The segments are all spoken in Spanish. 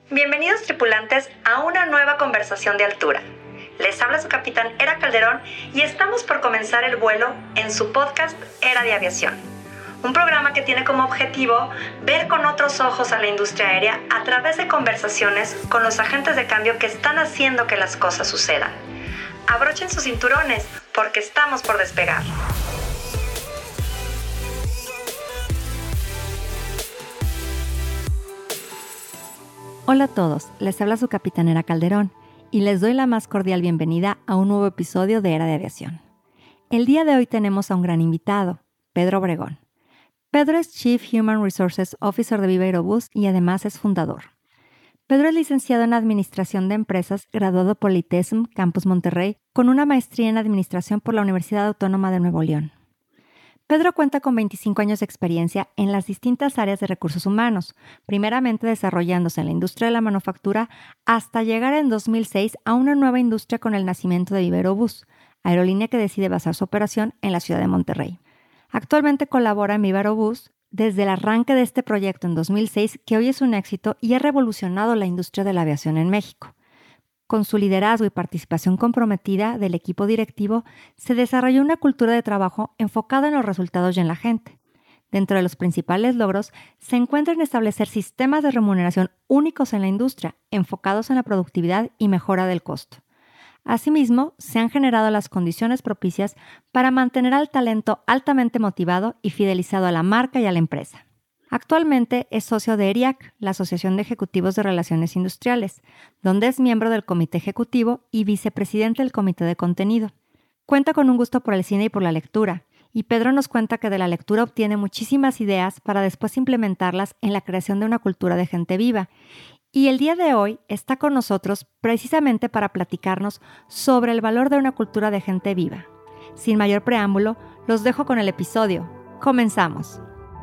Bienvenidos tripulantes a una nueva conversación de altura. Les habla su capitán Era Calderón y estamos por comenzar el vuelo en su podcast Era de Aviación. Un programa que tiene como objetivo ver con otros ojos a la industria aérea a través de conversaciones con los agentes de cambio que están haciendo que las cosas sucedan. Abrochen sus cinturones porque estamos por despegar. Hola a todos, les habla su capitán Era Calderón y les doy la más cordial bienvenida a un nuevo episodio de Era de Aviación. El día de hoy tenemos a un gran invitado, Pedro Obregón. Pedro es Chief Human Resources Officer de Viva Aerobús y además es fundador. Pedro es licenciado en Administración de Empresas, graduado por el ITESM Campus Monterrey, con una maestría en Administración por la Universidad Autónoma de Nuevo León. Pedro cuenta con 25 años de experiencia en las distintas áreas de recursos humanos, primeramente desarrollándose en la industria de la manufactura hasta llegar en 2006 a una nueva industria con el nacimiento de Viva Aerobús, aerolínea que decide basar su operación en la ciudad de Monterrey. Actualmente colabora en Viva Aerobús desde el arranque de este proyecto en 2006, que hoy es un éxito y ha revolucionado la industria de la aviación en México. Con su liderazgo y participación comprometida del equipo directivo, se desarrolló una cultura de trabajo enfocada en los resultados y en la gente. Dentro de los principales logros se encuentra en establecer sistemas de remuneración únicos en la industria, enfocados en la productividad y mejora del costo. Asimismo, se han generado las condiciones propicias para mantener al talento altamente motivado y fidelizado a la marca y a la empresa. Actualmente es socio de ERIAC, la Asociación de Ejecutivos de Relaciones Industriales, donde es miembro del Comité Ejecutivo y vicepresidente del Comité de Contenido. Cuenta con un gusto por el cine y por la lectura, y Pedro nos cuenta que de la lectura obtiene muchísimas ideas para después implementarlas en la creación de una cultura de gente viva. Y el día de hoy está con nosotros precisamente para platicarnos sobre el valor de una cultura de gente viva. Sin mayor preámbulo, los dejo con el episodio. ¡Comenzamos!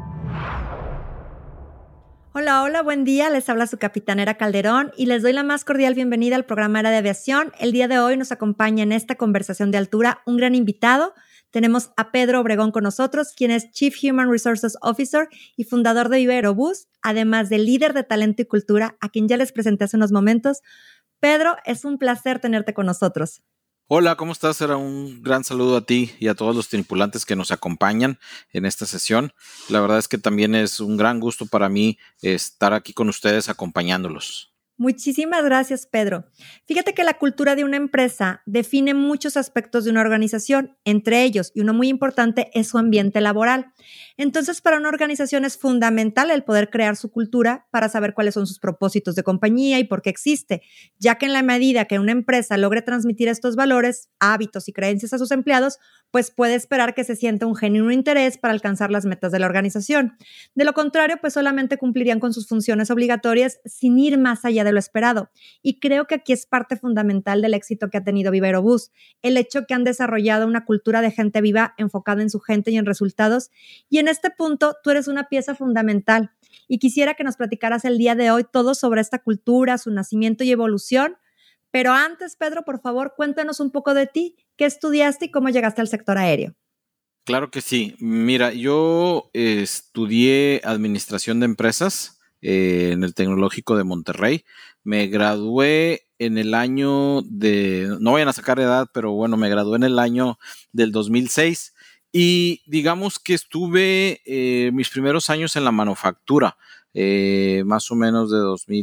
Hola, buen día. Les habla su capitán Era Calderón y les doy la más cordial bienvenida al programa Era de Aviación. El día de hoy nos acompaña en esta conversación de altura un gran invitado. Tenemos a Pedro Obregón con nosotros, quien es Chief Human Resources Officer y fundador de Viva Aerobús, además de líder de talento y cultura, a quien ya les presenté hace unos momentos. Pedro, es un placer tenerte con nosotros. Hola, ¿cómo estás? Era un gran saludo a ti y a todos los tripulantes que nos acompañan en esta sesión. La verdad es que también es un gran gusto para mí estar aquí con ustedes acompañándolos. Muchísimas gracias, Pedro. Fíjate que la cultura de una empresa define muchos aspectos de una organización, entre ellos, y uno muy importante, es su ambiente laboral. Entonces, para una organización es fundamental el poder crear su cultura para saber cuáles son sus propósitos de compañía y por qué existe, ya que en la medida que una empresa logre transmitir estos valores, hábitos y creencias a sus empleados, pues puede esperar que se sienta un genuino interés para alcanzar las metas de la organización. De lo contrario, pues solamente cumplirían con sus funciones obligatorias sin ir más allá de lo esperado. Y creo que aquí es parte fundamental del éxito que ha tenido Viva Aerobús, el hecho que han desarrollado una cultura de gente viva enfocada en su gente y en resultados. Y en este punto, tú eres una pieza fundamental. Y quisiera que nos platicaras el día de hoy todo sobre esta cultura, su nacimiento y evolución. Pero antes, Pedro, por favor, cuéntanos un poco de ti. ¿Qué estudiaste y cómo llegaste al sector aéreo? Claro que sí. Mira, yo estudié Administración de Empresas en el Tecnológico de Monterrey. Me gradué en el año no vayan a sacar edad, pero bueno, me gradué en el año del 2006 y digamos que estuve mis primeros años en la manufactura, más o menos de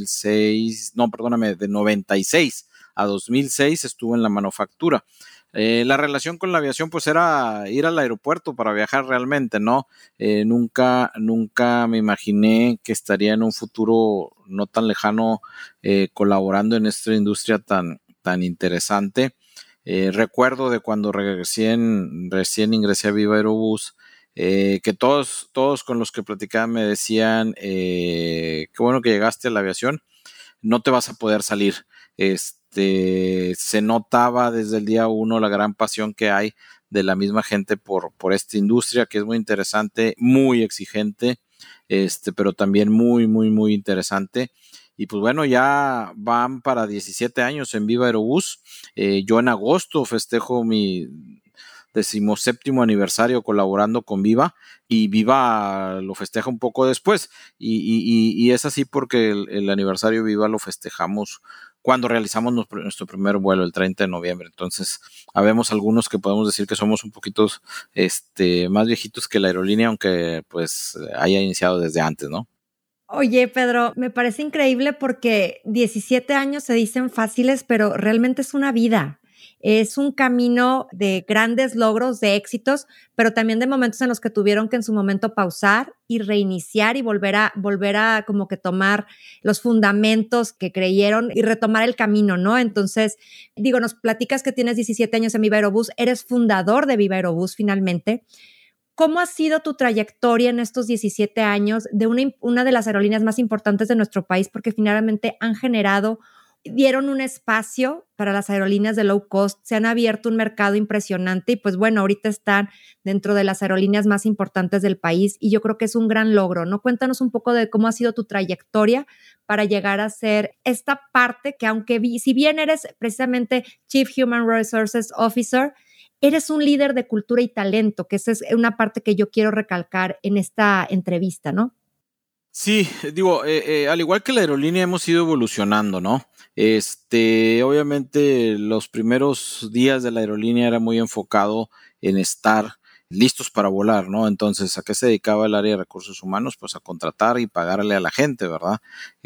2006, no, perdóname, de 96 a 2006 estuve en la manufactura. La relación con la aviación pues era ir al aeropuerto para viajar realmente, ¿no? Nunca me imaginé que estaría en un futuro no tan lejano colaborando en esta industria tan interesante. Recuerdo de cuando recién ingresé a Viva Aerobús, que todos con los que platicaba me decían qué bueno que llegaste a la aviación, no te vas a poder salir. Se notaba desde el día uno la gran pasión que hay de la misma gente por esta industria, que es muy interesante, muy exigente, pero también muy, muy, muy interesante. Y pues bueno, ya van para 17 años en Viva Aerobús. Yo en agosto festejo 17º aniversario colaborando con Viva, y Viva lo festeja un poco después, y es así porque el aniversario Viva lo festejamos cuando realizamos nuestro primer vuelo el 30 de noviembre. Entonces, habemos algunos que podemos decir que somos un poquito más viejitos que la aerolínea, aunque pues haya iniciado desde antes, ¿no? Oye, Pedro, me parece increíble porque 17 años se dicen fáciles, pero realmente es una vida. Es un camino de grandes logros, de éxitos, pero también de momentos en los que tuvieron que en su momento pausar y reiniciar y volver a como que tomar los fundamentos que creyeron y retomar el camino, ¿no? Entonces, digo, nos platicas que tienes 17 años en Viva Aerobús, eres fundador de Viva Aerobús finalmente. ¿Cómo ha sido tu trayectoria en estos 17 años de una de las aerolíneas más importantes de nuestro país? Porque finalmente dieron un espacio para las aerolíneas de low cost, se han abierto un mercado impresionante y pues bueno, ahorita están dentro de las aerolíneas más importantes del país y yo creo que es un gran logro, ¿no? Cuéntanos un poco de cómo ha sido tu trayectoria para llegar a ser esta parte que si bien eres precisamente Chief Human Resources Officer, eres un líder de cultura y talento, que esa es una parte que yo quiero recalcar en esta entrevista, ¿no? Sí, digo, al igual que la aerolínea hemos ido evolucionando, ¿no? Obviamente los primeros días de la aerolínea era muy enfocado en estar listos para volar, ¿no? Entonces, ¿a qué se dedicaba el área de recursos humanos? Pues a contratar y pagarle a la gente, ¿verdad?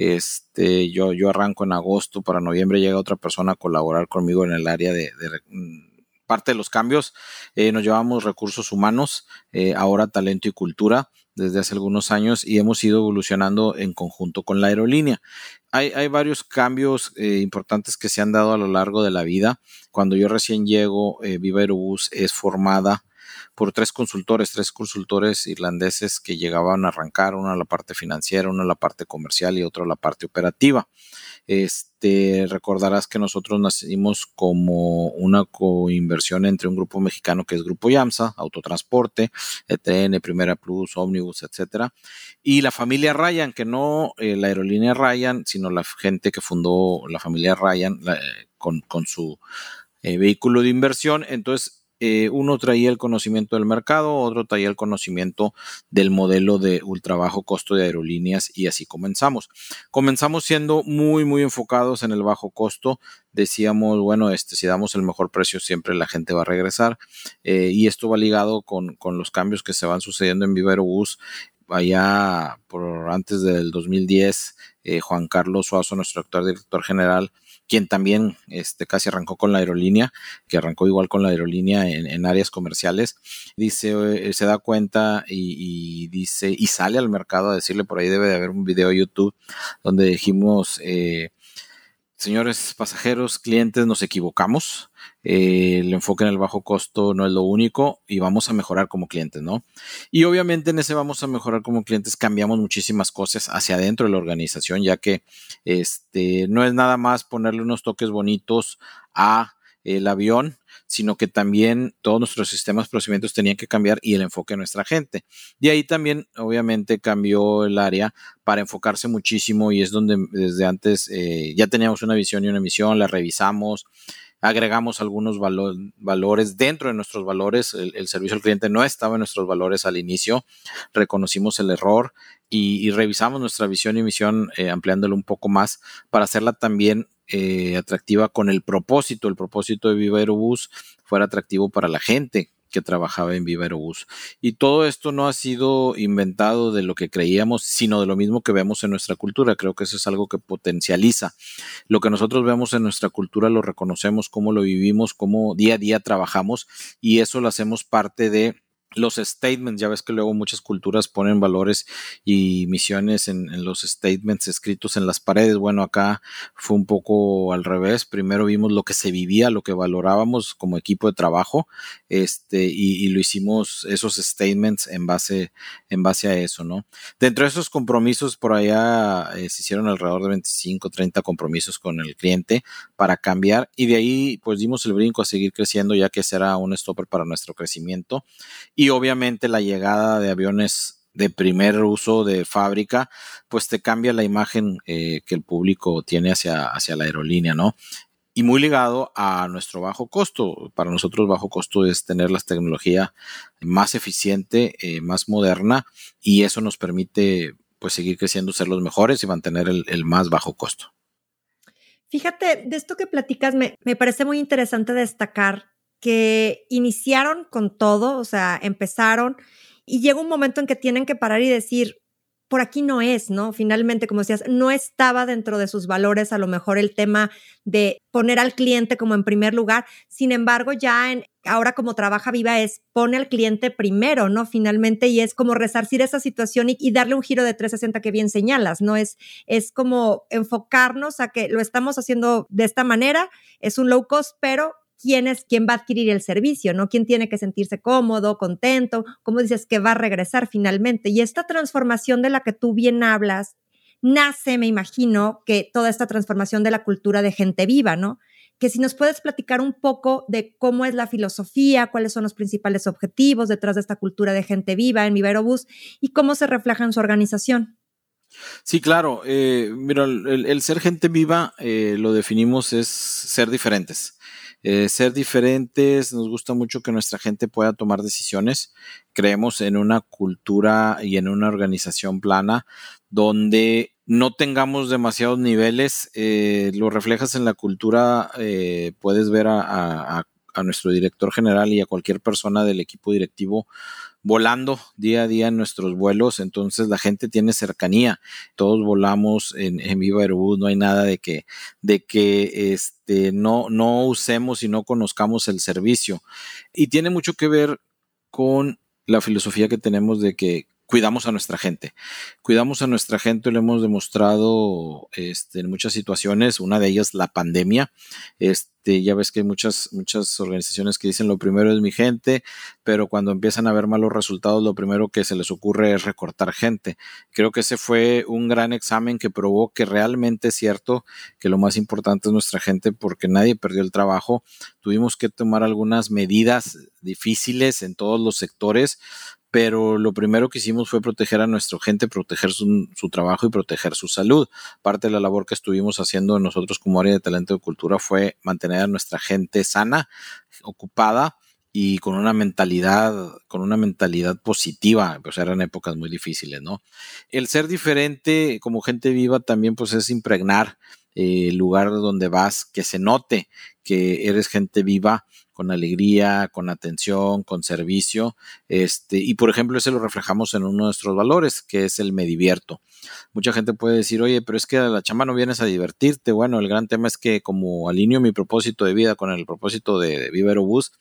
Yo arranco en agosto, para noviembre llega otra persona a colaborar conmigo en el área de parte de los cambios. Nos llevamos recursos humanos, ahora talento y cultura desde hace algunos años, y hemos ido evolucionando en conjunto con la aerolínea. Hay varios cambios importantes que se han dado a lo largo de la vida. Cuando yo recién llego, Viva Aerobús es formada por tres consultores irlandeses que llegaban a arrancar, uno a la parte financiera, uno a la parte comercial y otro a la parte operativa. Recordarás que nosotros nacimos como una coinversión entre un grupo mexicano que es Grupo YAMSA, Autotransporte, ETN, Primera Plus, Omnibus, etcétera, y la familia Ryan, que no la aerolínea Ryan, sino la gente que fundó la familia Ryan con su vehículo de inversión. Entonces, uno traía el conocimiento del mercado, otro traía el conocimiento del modelo de ultra bajo costo de aerolíneas, y así comenzamos. Comenzamos siendo muy, muy enfocados en el bajo costo. Decíamos, bueno, si damos el mejor precio, siempre la gente va a regresar. Y esto va ligado con los cambios que se van sucediendo en Viva Aerobús. Allá por antes del 2010, Juan Carlos Suazo, nuestro actual director general, quien también casi arrancó con la aerolínea, que arrancó igual con la aerolínea en áreas comerciales, dice, se da cuenta y dice, y sale al mercado a decirle, por ahí debe de haber un video de YouTube donde dijimos, señores pasajeros, clientes, nos equivocamos. El enfoque en el bajo costo no es lo único y vamos a mejorar como clientes, ¿no? Y obviamente en ese vamos a mejorar como clientes cambiamos muchísimas cosas hacia adentro de la organización, ya que no es nada más ponerle unos toques bonitos a el avión, sino que también todos nuestros sistemas, procedimientos tenían que cambiar y el enfoque de nuestra gente. De ahí también, obviamente, cambió el área para enfocarse muchísimo y es donde desde antes ya teníamos una visión y una misión, la revisamos, agregamos algunos valores dentro de nuestros valores. El servicio al cliente no estaba en nuestros valores al inicio, reconocimos el error y revisamos nuestra visión y misión ampliándolo un poco más para hacerla también atractiva con el propósito de Viva Aerobús fuera atractivo para la gente que trabajaba en Viva Aerobús. Y todo esto no ha sido inventado de lo que creíamos, sino de lo mismo que vemos en nuestra cultura. Creo que eso es algo que potencializa. Lo que nosotros vemos en nuestra cultura lo reconocemos, cómo lo vivimos, cómo día a día trabajamos, y eso lo hacemos parte de los statements. Ya ves que luego muchas culturas ponen valores y misiones en los statements escritos en las paredes. Bueno, acá fue un poco al revés. Primero vimos lo que se vivía, lo que valorábamos como equipo de trabajo, y lo hicimos esos statements en base a eso, ¿no? Dentro de esos compromisos, por allá se hicieron alrededor de 25, 30 compromisos con el cliente para cambiar, y de ahí pues dimos el brinco a seguir creciendo, ya que será un stopper para nuestro crecimiento. Y obviamente la llegada de aviones de primer uso de fábrica, pues te cambia la imagen que el público tiene hacia la aerolínea, ¿no? y muy ligado a nuestro bajo costo. Para nosotros bajo costo es tener la tecnología más eficiente, más moderna, y eso nos permite pues seguir creciendo, ser los mejores y mantener el más bajo costo. Fíjate, de esto que platicas me parece muy interesante destacar que iniciaron con todo, o sea, empezaron y llega un momento en que tienen que parar y decir, por aquí no es, ¿no? Finalmente, como decías, no estaba dentro de sus valores a lo mejor el tema de poner al cliente como en primer lugar. Sin embargo, ahora como trabaja Viva es pone al cliente primero, ¿no? Finalmente, y es como resarcir esa situación y darle un giro de 360 que bien señalas, ¿no? Es como enfocarnos a que lo estamos haciendo de esta manera, es un low cost, pero quién va a adquirir el servicio, ¿no? Quién tiene que sentirse cómodo, contento, cómo dices que va a regresar finalmente. Y esta transformación de la que tú bien hablas, nace, me imagino, que toda esta transformación de la cultura de Gente Viva, ¿no? Que si nos puedes platicar un poco de cómo es la filosofía, cuáles son los principales objetivos detrás de esta cultura de Gente Viva en Viva Aerobús y cómo se refleja en su organización. Sí, claro. Mira, el ser gente viva lo definimos es ser diferentes. Ser diferentes, nos gusta mucho que nuestra gente pueda tomar decisiones. Creemos en una cultura y en una organización plana donde no tengamos demasiados niveles. Lo reflejas en la cultura, puedes ver a nuestro director general y a cualquier persona del equipo directivo volando día a día en nuestros vuelos, entonces la gente tiene cercanía, todos volamos en Viva Aerobús, no hay nada de que no usemos y no conozcamos el servicio. Y tiene mucho que ver con la filosofía que tenemos de que cuidamos a nuestra gente. Cuidamos a nuestra gente, lo hemos demostrado en muchas situaciones, una de ellas la pandemia. Ya ves que hay muchas organizaciones que dicen lo primero es mi gente, pero cuando empiezan a ver malos resultados, lo primero que se les ocurre es recortar gente. Creo que ese fue un gran examen que probó que realmente es cierto que lo más importante es nuestra gente porque nadie perdió el trabajo. Tuvimos que tomar algunas medidas difíciles en todos los sectores, pero lo primero que hicimos fue proteger a nuestra gente, proteger su trabajo y proteger su salud. Parte de la labor que estuvimos haciendo nosotros como área de talento de cultura fue mantener a nuestra gente sana, ocupada y con una mentalidad positiva, pues eran épocas muy difíciles, ¿no? El ser diferente como gente viva también pues es impregnar el lugar donde vas, que se note que eres gente viva, con alegría, con atención, con servicio, y por ejemplo ese lo reflejamos en uno de nuestros valores, que es el me divierto. Mucha gente puede decir, oye, pero es que a la chamba no vienes a divertirte. Bueno, el gran tema es que como alineo mi propósito de vida con el propósito de Viva Aerobús,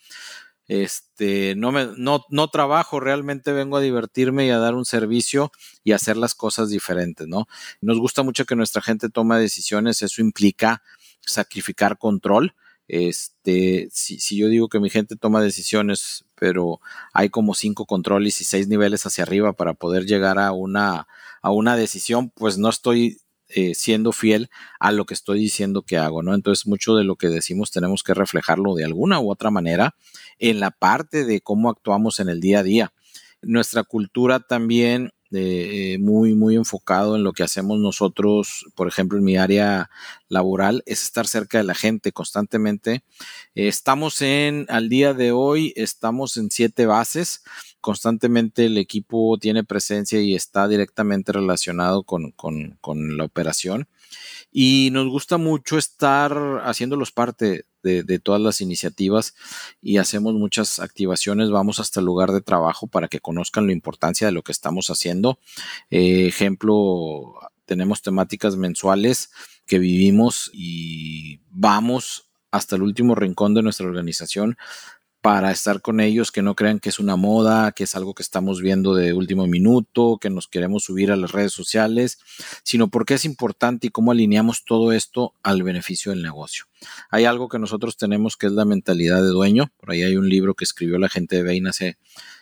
no trabajo, realmente vengo a divertirme y a dar un servicio y a hacer las cosas diferentes, ¿no? Nos gusta mucho que nuestra gente tome decisiones, eso implica sacrificar control. Si yo digo que mi gente toma decisiones, pero hay como 5 controles y 6 niveles hacia arriba para poder llegar a una decisión, pues no estoy siendo fiel a lo que estoy diciendo que hago, ¿no? Entonces, mucho de lo que decimos tenemos que reflejarlo de alguna u otra manera en la parte de cómo actuamos en el día a día. Nuestra cultura también muy enfocado en lo que hacemos nosotros, por ejemplo, en mi área laboral, es estar cerca de la gente constantemente. Al día de hoy, estamos en 7 bases. Constantemente el equipo tiene presencia y está directamente relacionado con la operación. Y nos gusta mucho estar haciéndolos parte de todas las iniciativas y hacemos muchas activaciones, vamos hasta el lugar de trabajo para que conozcan la importancia de lo que estamos haciendo. Ejemplo, tenemos temáticas mensuales que vivimos y vamos hasta el último rincón de nuestra organización para estar con ellos, que no crean que es una moda, que es algo que estamos viendo de último minuto, que nos queremos subir a las redes sociales, sino porque es importante y cómo alineamos todo esto al beneficio del negocio. Hay algo que nosotros tenemos que es la mentalidad de dueño. Por ahí hay un libro que escribió la gente de Bain hace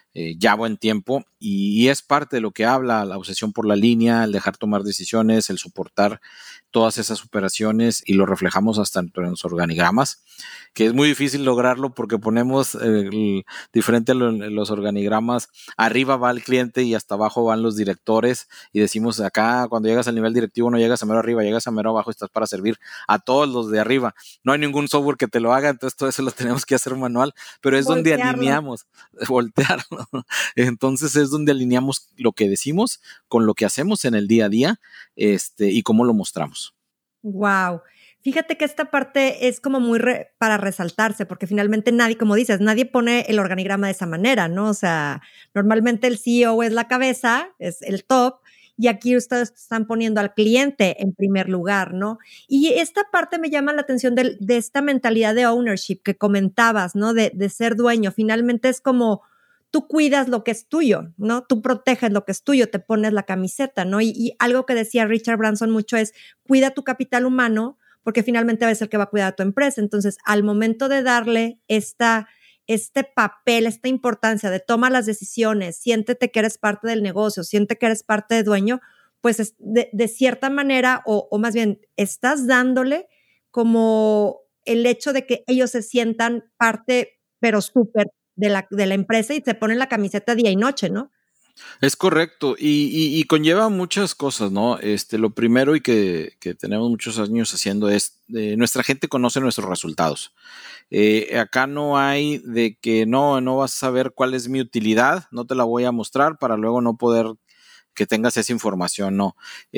ya buen tiempo y es parte de lo que habla la obsesión por la línea, el dejar tomar decisiones, el soportar todas esas operaciones y lo reflejamos hasta en los organigramas, que es muy difícil lograrlo porque ponemos diferente a los organigramas, arriba va el cliente y hasta abajo van los directores y decimos acá cuando llegas al nivel directivo no llegas a mero arriba, llegas a mero abajo y estás para servir a todos los de arriba. No hay ningún software que te lo haga, entonces todo eso lo tenemos que hacer manual, pero es donde alineamos, voltearlo. Entonces es donde alineamos lo que decimos con lo que hacemos en el día a día y cómo lo mostramos. Wow. Fíjate que esta parte es como muy para resaltarse, porque finalmente nadie, como dices, nadie pone el organigrama de esa manera, ¿no? O sea, normalmente el CEO es la cabeza, es el top, y aquí ustedes están poniendo al cliente en primer lugar, ¿no? Y esta parte me llama la atención de esta mentalidad de ownership que comentabas, ¿no? De ser dueño. Finalmente es como tú cuidas lo que es tuyo, ¿no? Tú proteges lo que es tuyo, te pones la camiseta, ¿no? Y algo que decía Richard Branson mucho es, cuida tu capital humano, porque finalmente va a ser el que va a cuidar a tu empresa. Entonces, al momento de darle este papel, esta importancia de toma las decisiones, siéntete que eres parte del negocio, siente que eres parte de dueño, pues de cierta manera, o más bien, estás dándole como el hecho de que ellos se sientan parte, pero súper de la empresa y se ponen la camiseta día y noche, ¿no? Es correcto y conlleva muchas cosas, ¿no? Lo primero y que tenemos muchos años haciendo es, nuestra gente conoce nuestros resultados. Acá no hay de que no vas a saber cuál es mi utilidad, no te la voy a mostrar para luego no poder que tengas esa información, no.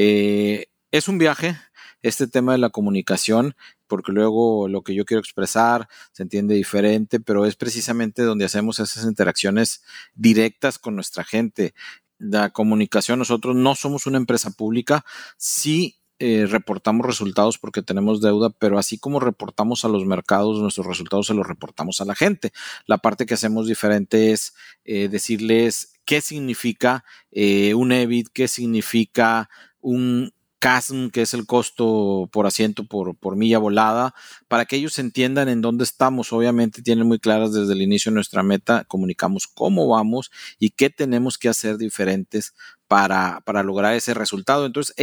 Es un viaje, este tema de la comunicación, porque luego lo que yo quiero expresar se entiende diferente, pero es precisamente donde hacemos esas interacciones directas con nuestra gente. La comunicación, nosotros no somos una empresa pública, sí reportamos resultados porque tenemos deuda, pero así como reportamos a los mercados, nuestros resultados se los reportamos a la gente. La parte que hacemos diferente es decirles qué significa un EBIT, qué significa un CASM, que es el costo por asiento por milla volada, para que ellos entiendan en dónde estamos. Obviamente tienen muy claras desde el inicio nuestra meta, comunicamos cómo vamos y qué tenemos que hacer diferentes para lograr ese resultado. Entonces,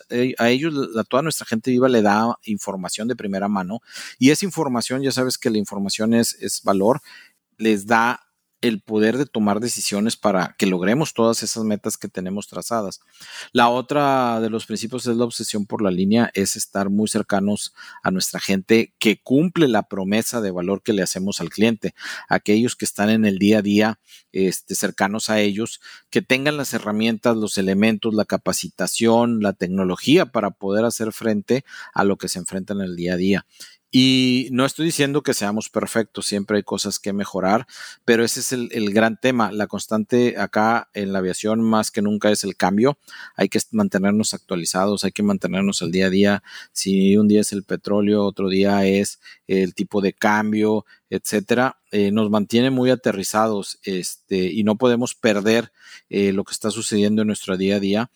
a ellos, a toda nuestra gente viva le da información de primera mano y esa información, ya sabes que la información es valor, les da el poder de tomar decisiones para que logremos todas esas metas que tenemos trazadas. La otra de los principios es la obsesión por la línea, es estar muy cercanos a nuestra gente que cumple la promesa de valor que le hacemos al cliente. Aquellos que están en el día a día cercanos a ellos, que tengan las herramientas, los elementos, la capacitación, la tecnología para poder hacer frente a lo que se enfrentan en el día a día. Y no estoy diciendo que seamos perfectos, siempre hay cosas que mejorar, pero ese es el gran tema. La constante acá en la aviación más que nunca es el cambio. Hay que mantenernos actualizados, hay que mantenernos al día a día. Si un día es el petróleo, otro día es el tipo de cambio, etcétera, nos mantiene muy aterrizados y no podemos perder lo que está sucediendo en nuestro día a día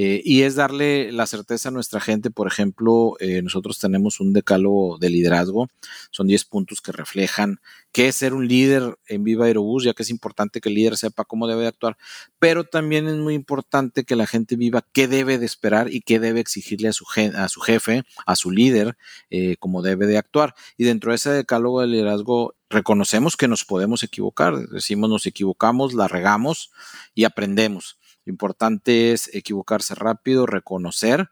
y es darle la certeza a nuestra gente. Por ejemplo, nosotros tenemos un decálogo de liderazgo, son 10 puntos que reflejan qué es ser un líder en Viva Aerobús, ya que es importante que el líder sepa cómo debe de actuar, pero también es muy importante que la gente viva qué debe de esperar y qué debe exigirle a su jefe, a su líder, cómo debe de actuar. Y dentro de ese decálogo de liderazgo reconocemos que nos podemos equivocar, decimos nos equivocamos, la regamos y aprendemos. Lo importante es equivocarse rápido, reconocer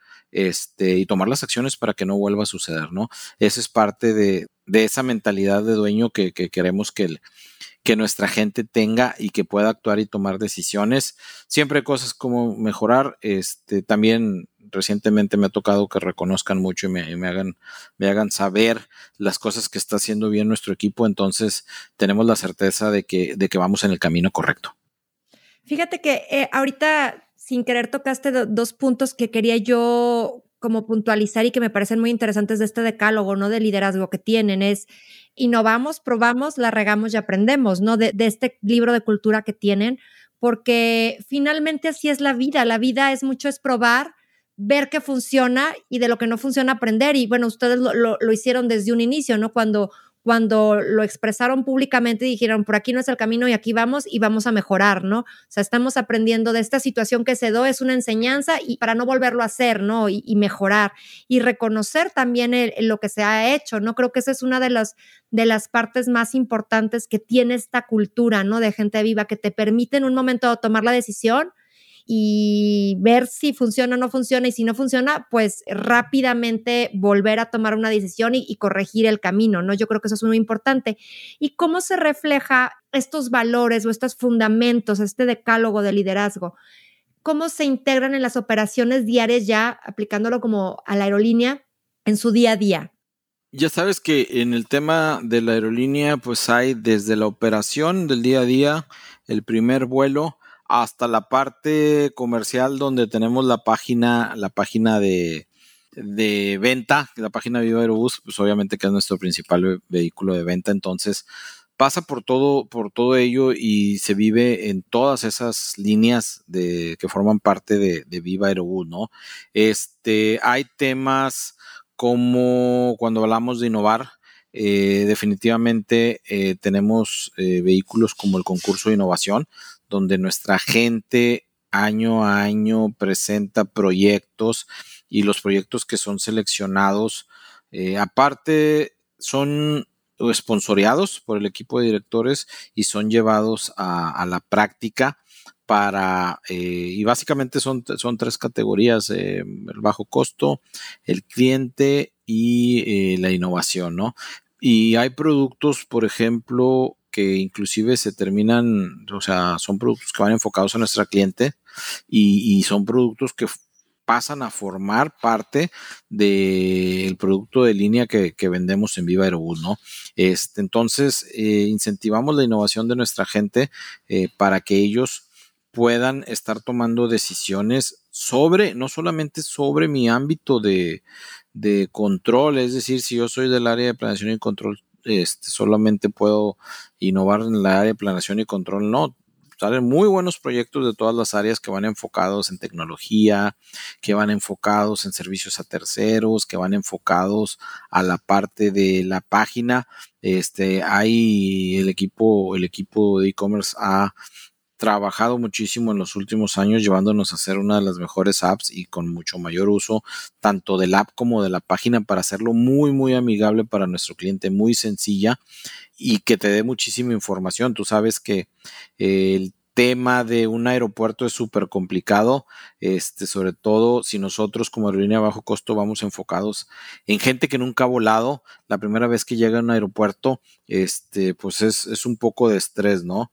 y tomar las acciones para que no vuelva a suceder, ¿no? Esa es parte de esa mentalidad de dueño que queremos que nuestra gente tenga y que pueda actuar y tomar decisiones. Siempre hay cosas como mejorar. También recientemente me ha tocado que reconozcan mucho y me hagan saber las cosas que está haciendo bien nuestro equipo. Entonces tenemos la certeza de que vamos en el camino correcto. Fíjate que ahorita sin querer tocaste dos puntos que quería yo como puntualizar y que me parecen muy interesantes de este decálogo, ¿no? De liderazgo que tienen, es innovamos, probamos, la regamos y aprendemos, ¿no? De este libro de cultura que tienen, porque finalmente así es la vida es mucho, es probar, ver qué funciona y de lo que no funciona aprender. Y bueno, ustedes lo hicieron desde un inicio, ¿no? Cuando cuando lo expresaron públicamente y dijeron, por aquí no es el camino y aquí vamos y vamos a mejorar, ¿no? O sea, estamos aprendiendo de esta situación que se dio, es una enseñanza y para no volverlo a hacer, ¿no? Y mejorar y reconocer también lo que se ha hecho, ¿no? Creo que esa es una de las partes más importantes que tiene esta cultura, ¿no? De Gente Viva, que te permite en un momento tomar la decisión y ver si funciona o no funciona, y si no funciona, pues rápidamente volver a tomar una decisión y corregir el camino, ¿no? Yo creo que eso es muy importante. ¿Y cómo se refleja estos valores o estos fundamentos, este decálogo de liderazgo? ¿Cómo se integran en las operaciones diarias ya, aplicándolo como a la aerolínea en su día a día? Ya sabes que en el tema de la aerolínea, pues hay desde la operación del día a día, el primer vuelo, hasta la parte comercial donde tenemos la página de venta, la página de Viva Aerobús, pues obviamente que es nuestro principal vehículo de venta. Entonces pasa por todo ello y se vive en todas esas líneas que forman parte de Viva Aerobús, ¿no? Hay temas como cuando hablamos de innovar, definitivamente tenemos vehículos como el concurso de innovación, donde nuestra gente año a año presenta proyectos y los proyectos que son seleccionados, aparte son esponsoreados por el equipo de directores y son llevados a la práctica y básicamente son tres categorías, el bajo costo, el cliente y la innovación, ¿no? Y hay productos, por ejemplo, que inclusive se terminan, o sea, son productos que van enfocados a nuestra cliente y son productos que pasan a formar parte del producto de línea que vendemos en Viva Aerobús, ¿no? Entonces, incentivamos la innovación de nuestra gente para que ellos puedan estar tomando decisiones no solamente sobre mi ámbito de control, es decir, si yo soy del área de planeación y control, solamente puedo innovar en el área de planeación y control, no. Salen muy buenos proyectos de todas las áreas que van enfocados en tecnología, que van enfocados en servicios a terceros, que van enfocados a la parte de la página. Hay el equipo de e-commerce ha trabajado muchísimo en los últimos años, llevándonos a hacer una de las mejores apps y con mucho mayor uso tanto del app como de la página para hacerlo muy, muy amigable para nuestro cliente, muy sencilla y que te dé muchísima información. Tú sabes que el tema de un aeropuerto es súper complicado, sobre todo si nosotros como aerolínea de bajo costo vamos enfocados en gente que nunca ha volado. La primera vez que llega a un aeropuerto, pues es un poco de estrés, ¿no?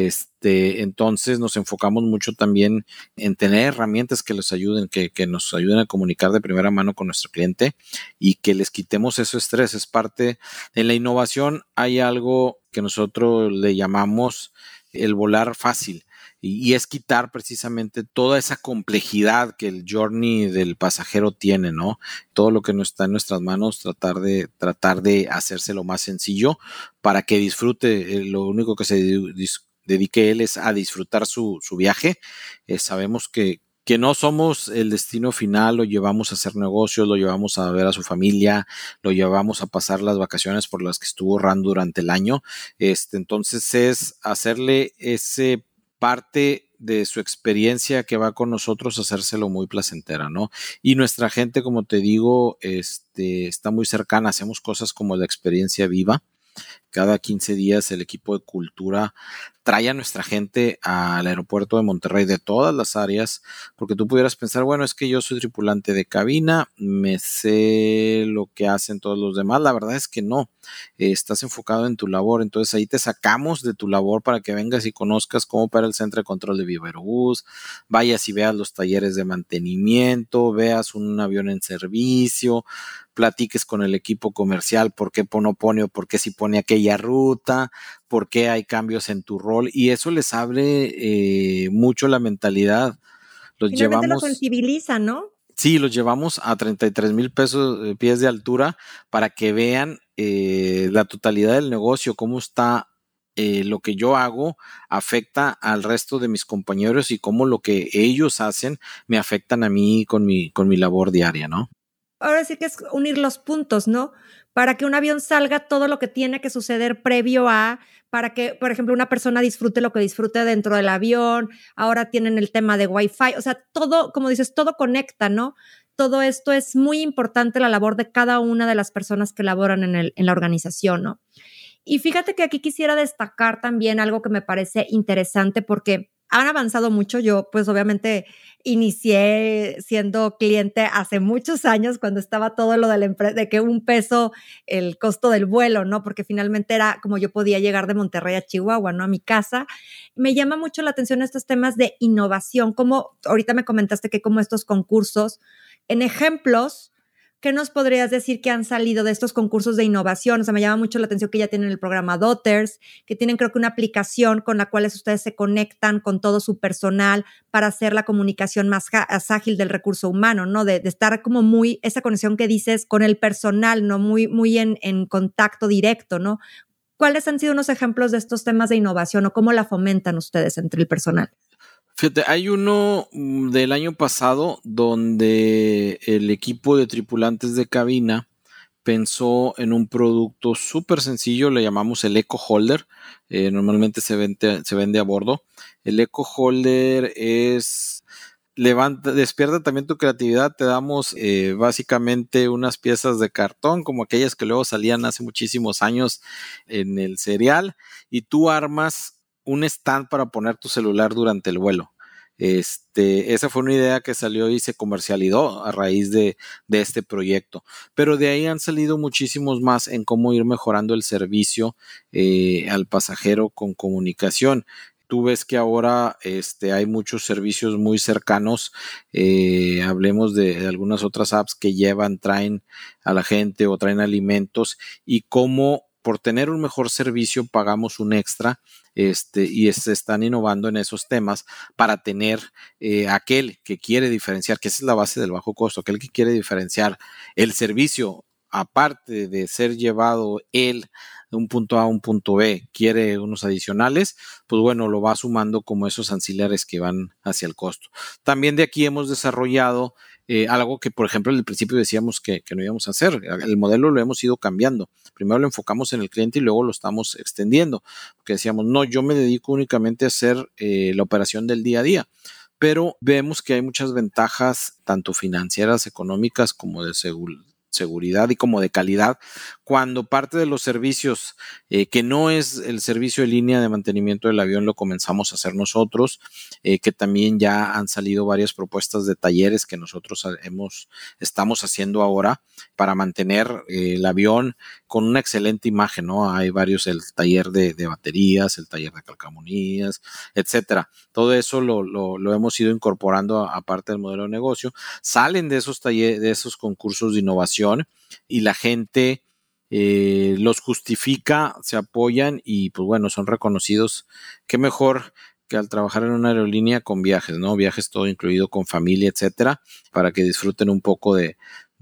Entonces nos enfocamos mucho también en tener herramientas que les ayuden, que nos ayuden a comunicar de primera mano con nuestro cliente y que les quitemos ese estrés. Es parte de la innovación. Hay algo que nosotros le llamamos el volar fácil y es quitar precisamente toda esa complejidad que el journey del pasajero tiene, ¿no? Todo lo que no está en nuestras manos, tratar de hacerse lo más sencillo para que disfrute. Lo único que se dedique él es a disfrutar su viaje. Sabemos que no somos el destino final, lo llevamos a hacer negocios, lo llevamos a ver a su familia, lo llevamos a pasar las vacaciones por las que estuvo ahorrando durante el año. Entonces es hacerle ese parte de su experiencia que va con nosotros, hacérselo muy placentera, ¿no? Y nuestra gente, como te digo, está muy cercana, hacemos cosas como la experiencia viva. Cada 15 días el equipo de cultura trae a nuestra gente al aeropuerto de Monterrey de todas las áreas, porque tú pudieras pensar, bueno, es que yo soy tripulante de cabina, me sé lo que hacen todos los demás. La verdad es que no, estás enfocado en tu labor, entonces ahí te sacamos de tu labor para que vengas y conozcas cómo opera el centro de control de Viva Aerobús, vayas y veas los talleres de mantenimiento, veas un avión en servicio, platiques con el equipo comercial, por qué no pone o por qué sí pone aquella ruta, por qué hay cambios en tu rol, y eso les abre mucho la mentalidad. Finalmente lo sensibiliza, ¿no? Sí, los llevamos a 33,000 pies de altura para que vean la totalidad del negocio, cómo está lo que yo hago afecta al resto de mis compañeros y cómo lo que ellos hacen me afectan a mí con mi labor diaria, ¿no? ahora sí que es unir los puntos, ¿no? Para que un avión salga todo lo que tiene que suceder previo a, para que, por ejemplo, una persona disfrute lo que disfrute dentro del avión. Ahora tienen el tema de Wi-Fi, o sea, todo, como dices, todo conecta, ¿no? Todo esto es muy importante, la labor de cada una de las personas que laboran en la organización, ¿no? Y fíjate que aquí quisiera destacar también algo que me parece interesante porque han avanzado mucho. Yo, pues obviamente, inicié siendo cliente hace muchos años cuando estaba todo lo de la empresa, de que un peso el costo del vuelo, ¿no? Porque finalmente era como yo podía llegar de Monterrey a Chihuahua, ¿no? A mi casa. Me llama mucho la atención estos temas de innovación, como ahorita me comentaste que como estos concursos, en ejemplos, ¿qué nos podrías decir que han salido de estos concursos de innovación? O sea, me llama mucho la atención que ya tienen el programa Daughters, que tienen creo que una aplicación con la cual ustedes se conectan con todo su personal para hacer la comunicación más ágil del recurso humano, ¿no? De estar como muy, esa conexión que dices con el personal, ¿no? Muy en contacto directo, ¿no? ¿Cuáles han sido unos ejemplos de estos temas de innovación o cómo la fomentan ustedes entre el personal? Fíjate, hay uno del año pasado donde el equipo de tripulantes de cabina pensó en un producto súper sencillo, le llamamos el Eco Holder. Normalmente se vende a bordo. El Eco Holder es despierta también tu creatividad. Te damos básicamente unas piezas de cartón, como aquellas que luego salían hace muchísimos años en el cereal, y tú armas un stand para poner tu celular durante el vuelo. Esa fue una idea que salió y se comercializó a raíz de este proyecto. Pero de ahí han salido muchísimos más en cómo ir mejorando el servicio al pasajero con comunicación. Tú ves que ahora hay muchos servicios muy cercanos. Hablemos de algunas otras apps que traen a la gente o traen alimentos, y cómo por tener un mejor servicio pagamos un extra, y se están innovando en esos temas para tener aquel que quiere diferenciar, que esa es la base del bajo costo, aquel que quiere diferenciar el servicio, aparte de ser llevado él de un punto A a un punto B, quiere unos adicionales, pues bueno, lo va sumando como esos ancilares que van hacia el costo. También de aquí hemos desarrollado algo que, por ejemplo, al principio decíamos que no íbamos a hacer. El modelo lo hemos ido cambiando. Primero lo enfocamos en el cliente y luego lo estamos extendiendo, porque decíamos, no, yo me dedico únicamente a hacer la operación del día a día. Pero vemos que hay muchas ventajas, tanto financieras, económicas, como de seguridad y como de calidad, cuando parte de los servicios que no es el servicio de línea de mantenimiento del avión lo comenzamos a hacer nosotros, que también ya han salido varias propuestas de talleres que nosotros estamos haciendo ahora para mantener el avión con una excelente imagen, ¿no? Hay varios, el taller de baterías, el taller de calcamonías, etcétera. Todo eso lo hemos ido incorporando a parte del modelo de negocio. Salen de esos talleres, de esos concursos de innovación, y la gente los justifica, se apoyan y pues bueno, son reconocidos. Qué mejor que al trabajar en una aerolínea con viajes, ¿no? Viajes todo incluido con familia, etcétera, para que disfruten un poco de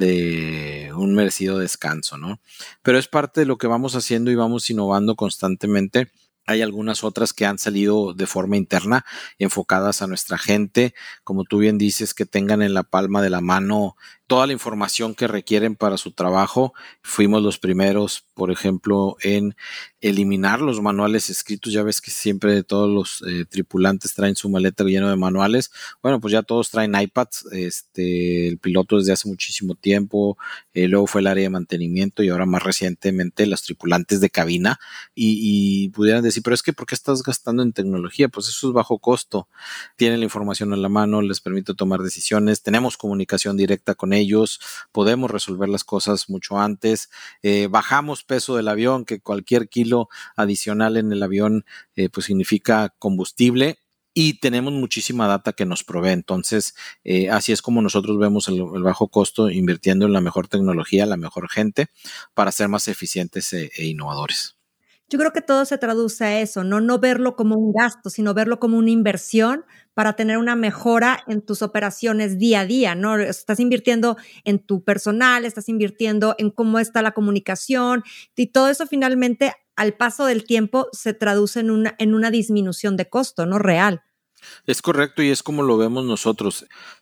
un merecido descanso, ¿no? Pero es parte de lo que vamos haciendo y vamos innovando constantemente. Hay algunas otras que han salido de forma interna, enfocadas a nuestra gente, como tú bien dices, que tengan en la palma de la mano toda la información que requieren para su trabajo. Fuimos los primeros, por ejemplo, en eliminar los manuales escritos. Ya ves que siempre todos los tripulantes traen su maleta lleno de manuales. Bueno, pues ya todos traen iPads. El piloto desde hace muchísimo tiempo, luego fue el área de mantenimiento y ahora más recientemente los tripulantes de cabina, y pudieran decir, pero es que ¿por qué estás gastando en tecnología? Pues eso es bajo costo. Tienen la información a la mano, les permite tomar decisiones, tenemos comunicación directa con ellos, podemos resolver las cosas mucho antes, bajamos peso del avión, que cualquier kilo adicional en el avión pues significa combustible, y tenemos muchísima data que nos provee. Entonces, así es como nosotros vemos el bajo costo, invirtiendo en la mejor tecnología, la mejor gente, para ser más eficientes e innovadores. Yo creo que todo se traduce a eso, ¿no? No verlo como un gasto, sino verlo como una inversión para tener una mejora en tus operaciones día a día, ¿no? Estás invirtiendo en tu personal, estás invirtiendo en cómo está la comunicación, y todo eso finalmente al paso del tiempo se traduce en una disminución de costo, ¿no? Real. Es correcto, y es como lo vemos nosotros.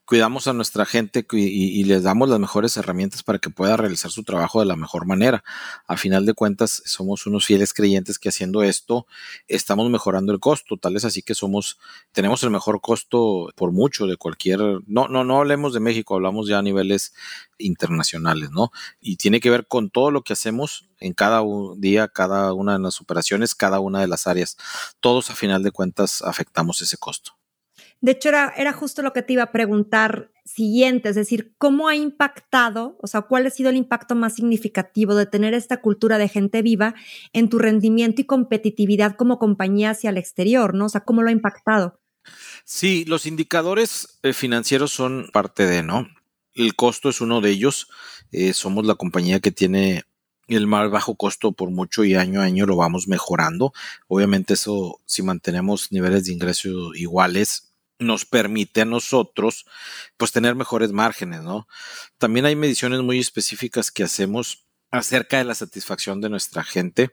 cuidamos a nuestra gente y les damos las mejores herramientas para que pueda realizar su trabajo de la mejor manera. A final de cuentas, somos unos fieles creyentes que haciendo esto estamos mejorando el costo. Tal es así que tenemos el mejor costo por mucho de cualquier, no hablemos de México, hablamos ya a niveles internacionales, ¿no? Y tiene que ver con todo lo que hacemos en cada día, cada una de las operaciones, cada una de las áreas. Todos a final de cuentas afectamos ese costo. De hecho, era justo lo que te iba a preguntar siguiente, es decir, ¿cómo ha impactado, o sea, cuál ha sido el impacto más significativo de tener esta cultura de gente viva en tu rendimiento y competitividad como compañía hacia el exterior, ¿no? O sea, ¿cómo lo ha impactado? Sí, los indicadores financieros son parte de, ¿no? El costo es uno de ellos. Somos la compañía que tiene el más bajo costo por mucho y año a año lo vamos mejorando. Obviamente eso, si mantenemos niveles de ingreso iguales, nos permite a nosotros pues tener mejores márgenes, ¿no? También hay mediciones muy específicas que hacemos acerca de la satisfacción de nuestra gente.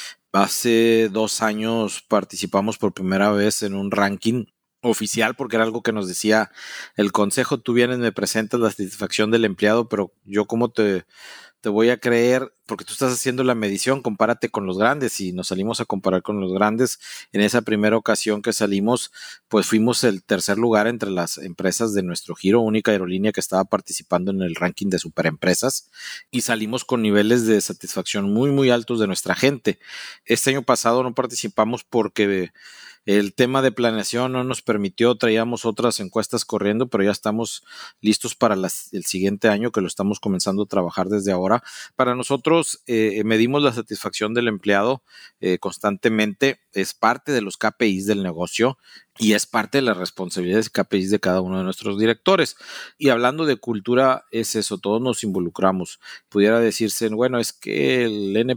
Hace 2 años participamos por primera vez en un ranking oficial porque era algo que nos decía el consejo. Tú vienes, me presentas la satisfacción del empleado, pero yo cómo te voy a creer, porque tú estás haciendo la medición, compárate con los grandes, y nos salimos a comparar con los grandes. En esa primera ocasión que salimos, pues fuimos el tercer lugar entre las empresas de nuestro giro, única aerolínea que estaba participando en el ranking de superempresas, y salimos con niveles de satisfacción muy, muy altos de nuestra gente. Este año pasado no participamos porque el tema de planeación no nos permitió, traíamos otras encuestas corriendo, pero ya estamos listos para el siguiente año, que lo estamos comenzando a trabajar desde ahora. Para nosotros, medimos la satisfacción del empleado constantemente, es parte de los KPIs del negocio y es parte de las responsabilidades KPIs de cada uno de nuestros directores. Y hablando de cultura, es eso, todos nos involucramos. Pudiera decirse, bueno, es que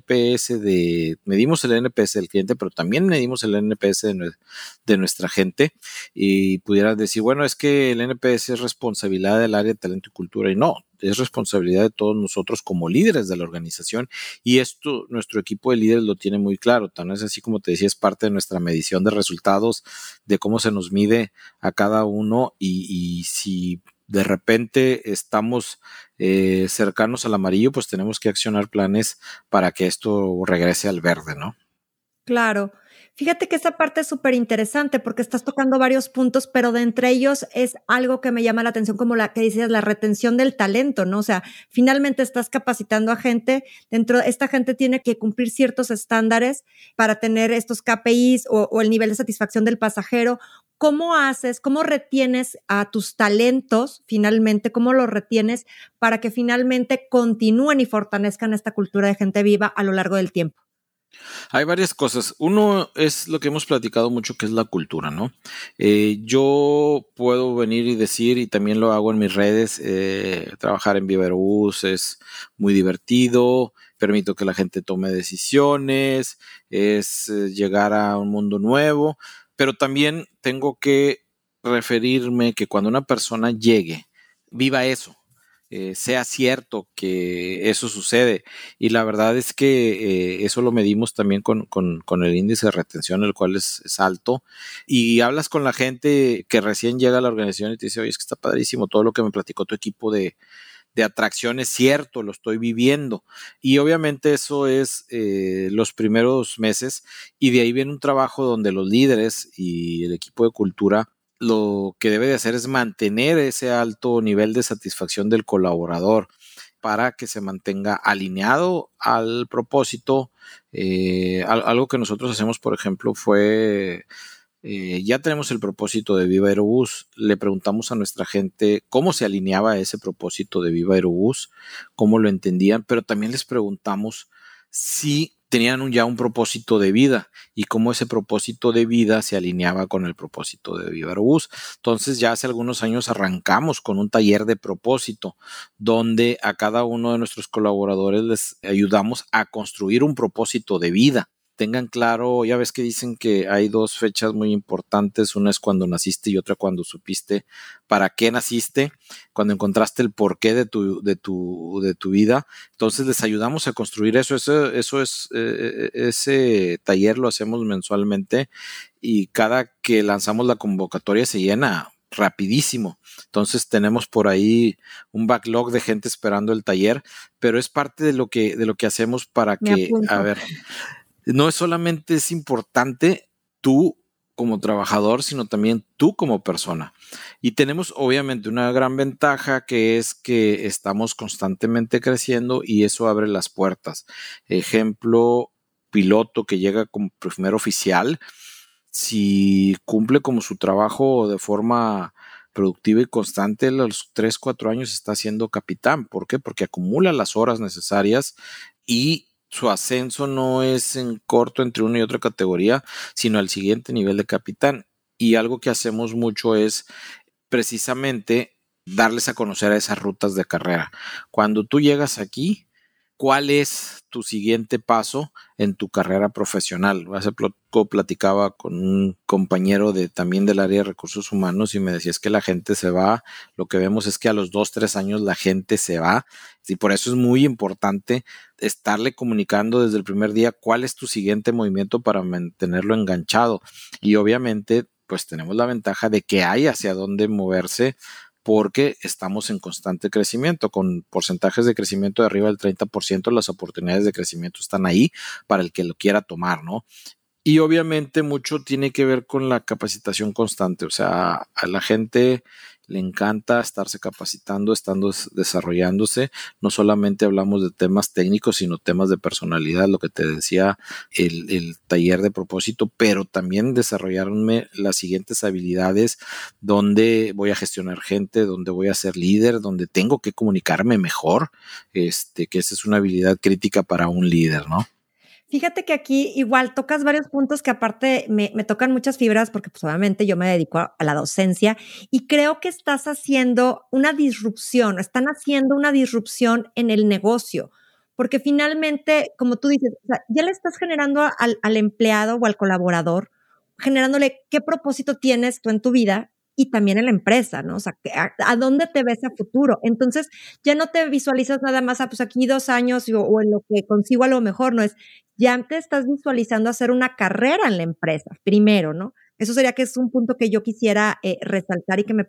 medimos el NPS del cliente, pero también medimos el NPS de nuestra gente, y pudieras decir, bueno, es que el NPS es responsabilidad del área de talento y cultura, y no, es responsabilidad de todos nosotros como líderes de la organización, y esto nuestro equipo de líderes lo tiene muy claro. Tan es así, como te decía, es parte de nuestra medición de resultados, de cómo se nos mide a cada uno, y si de repente estamos cercanos al amarillo, pues tenemos que accionar planes para que esto regrese al verde, ¿no? Claro. Fíjate que esa parte es súper interesante porque estás tocando varios puntos, pero de entre ellos es algo que me llama la atención, como la que dices, la retención del talento, ¿no? O sea, finalmente estás capacitando a gente, esta gente tiene que cumplir ciertos estándares para tener estos KPIs o el nivel de satisfacción del pasajero. ¿Cómo retienes a tus talentos finalmente? ¿Cómo los retienes para que finalmente continúen y fortalezcan esta cultura de gente viva a lo largo del tiempo? Hay varias cosas. Uno es lo que hemos platicado mucho, que es la cultura, ¿no? Yo puedo venir y decir, y también lo hago en mis redes, trabajar en Viva Aerobús es muy divertido, permito que la gente tome decisiones, es llegar a un mundo nuevo, pero también tengo que referirme que cuando una persona llegue, viva eso. Sea cierto que eso sucede, y la verdad es que eso lo medimos también con el índice de retención, el cual es alto, y hablas con la gente que recién llega a la organización y te dice, oye, es que está padrísimo todo lo que me platicó tu equipo de atracción, es cierto, lo estoy viviendo, y obviamente eso es los primeros meses, y de ahí viene un trabajo donde los líderes y el equipo de cultura lo que debe de hacer es mantener ese alto nivel de satisfacción del colaborador para que se mantenga alineado al propósito. Algo que nosotros hacemos, por ejemplo, fue, ya tenemos el propósito de Viva Aerobús, le preguntamos a nuestra gente cómo se alineaba a ese propósito de Viva Aerobús, cómo lo entendían, pero también les preguntamos si tenían ya un propósito de vida y cómo ese propósito de vida se alineaba con el propósito de Viva Aerobús. Entonces ya hace algunos años arrancamos con un taller de propósito donde a cada uno de nuestros colaboradores les ayudamos a construir un propósito de vida. Tengan claro, ya ves que dicen que hay 2 fechas muy importantes, una es cuando naciste y otra cuando supiste para qué naciste, cuando encontraste el porqué de tu vida. Entonces les ayudamos a construir eso es, ese taller lo hacemos mensualmente, y cada que lanzamos la convocatoria se llena rapidísimo. Entonces tenemos por ahí un backlog de gente esperando el taller, pero es parte de lo que hacemos para Me que, a apunto. ver, no es solamente es importante tú como trabajador, sino también tú como persona. Y tenemos obviamente una gran ventaja, que es que estamos constantemente creciendo y eso abre las puertas. Ejemplo, piloto que llega como primer oficial, si cumple como su trabajo de forma productiva y constante, a los 3, 4 años está siendo capitán. ¿Por qué? Porque acumula las horas necesarias y su ascenso no es en corto entre una y otra categoría, sino al siguiente nivel de capitán. Y algo que hacemos mucho es precisamente darles a conocer a esas rutas de carrera. Cuando tú llegas aquí, ¿cuál es tu siguiente paso en tu carrera profesional? Hace poco platicaba con un compañero también del área de recursos humanos y me decía, es que la gente se va, lo que vemos es que a los 2, 3 años la gente se va, y por eso es muy importante estarle comunicando desde el primer día cuál es tu siguiente movimiento para mantenerlo enganchado. Y obviamente pues tenemos la ventaja de que hay hacia dónde moverse, porque estamos en constante crecimiento, con porcentajes de crecimiento de arriba del 30%, las oportunidades de crecimiento están ahí para el que lo quiera tomar, ¿no? Y obviamente mucho tiene que ver con la capacitación constante, o sea, a la gente le encanta estarse capacitando, estando desarrollándose. No solamente hablamos de temas técnicos, sino temas de personalidad, lo que te decía el taller de propósito, pero también desarrollarme las siguientes habilidades, donde voy a gestionar gente, donde voy a ser líder, donde tengo que comunicarme mejor, que esa es una habilidad crítica para un líder, ¿no? Fíjate que aquí igual tocas varios puntos que aparte me tocan muchas fibras porque pues obviamente yo me dedico a la docencia y creo que están haciendo una disrupción en el negocio, porque finalmente, como tú dices, o sea, ya le estás generando al empleado o al colaborador, generándole qué propósito tienes tú en tu vida y también en la empresa, ¿no? O sea, ¿a dónde te ves a futuro? Entonces, ya no te visualizas nada más, pues aquí 2 años o en lo que consigo a lo mejor, no es, ya te estás visualizando hacer una carrera en la empresa, primero, ¿no? Eso sería que es un punto que yo quisiera resaltar y que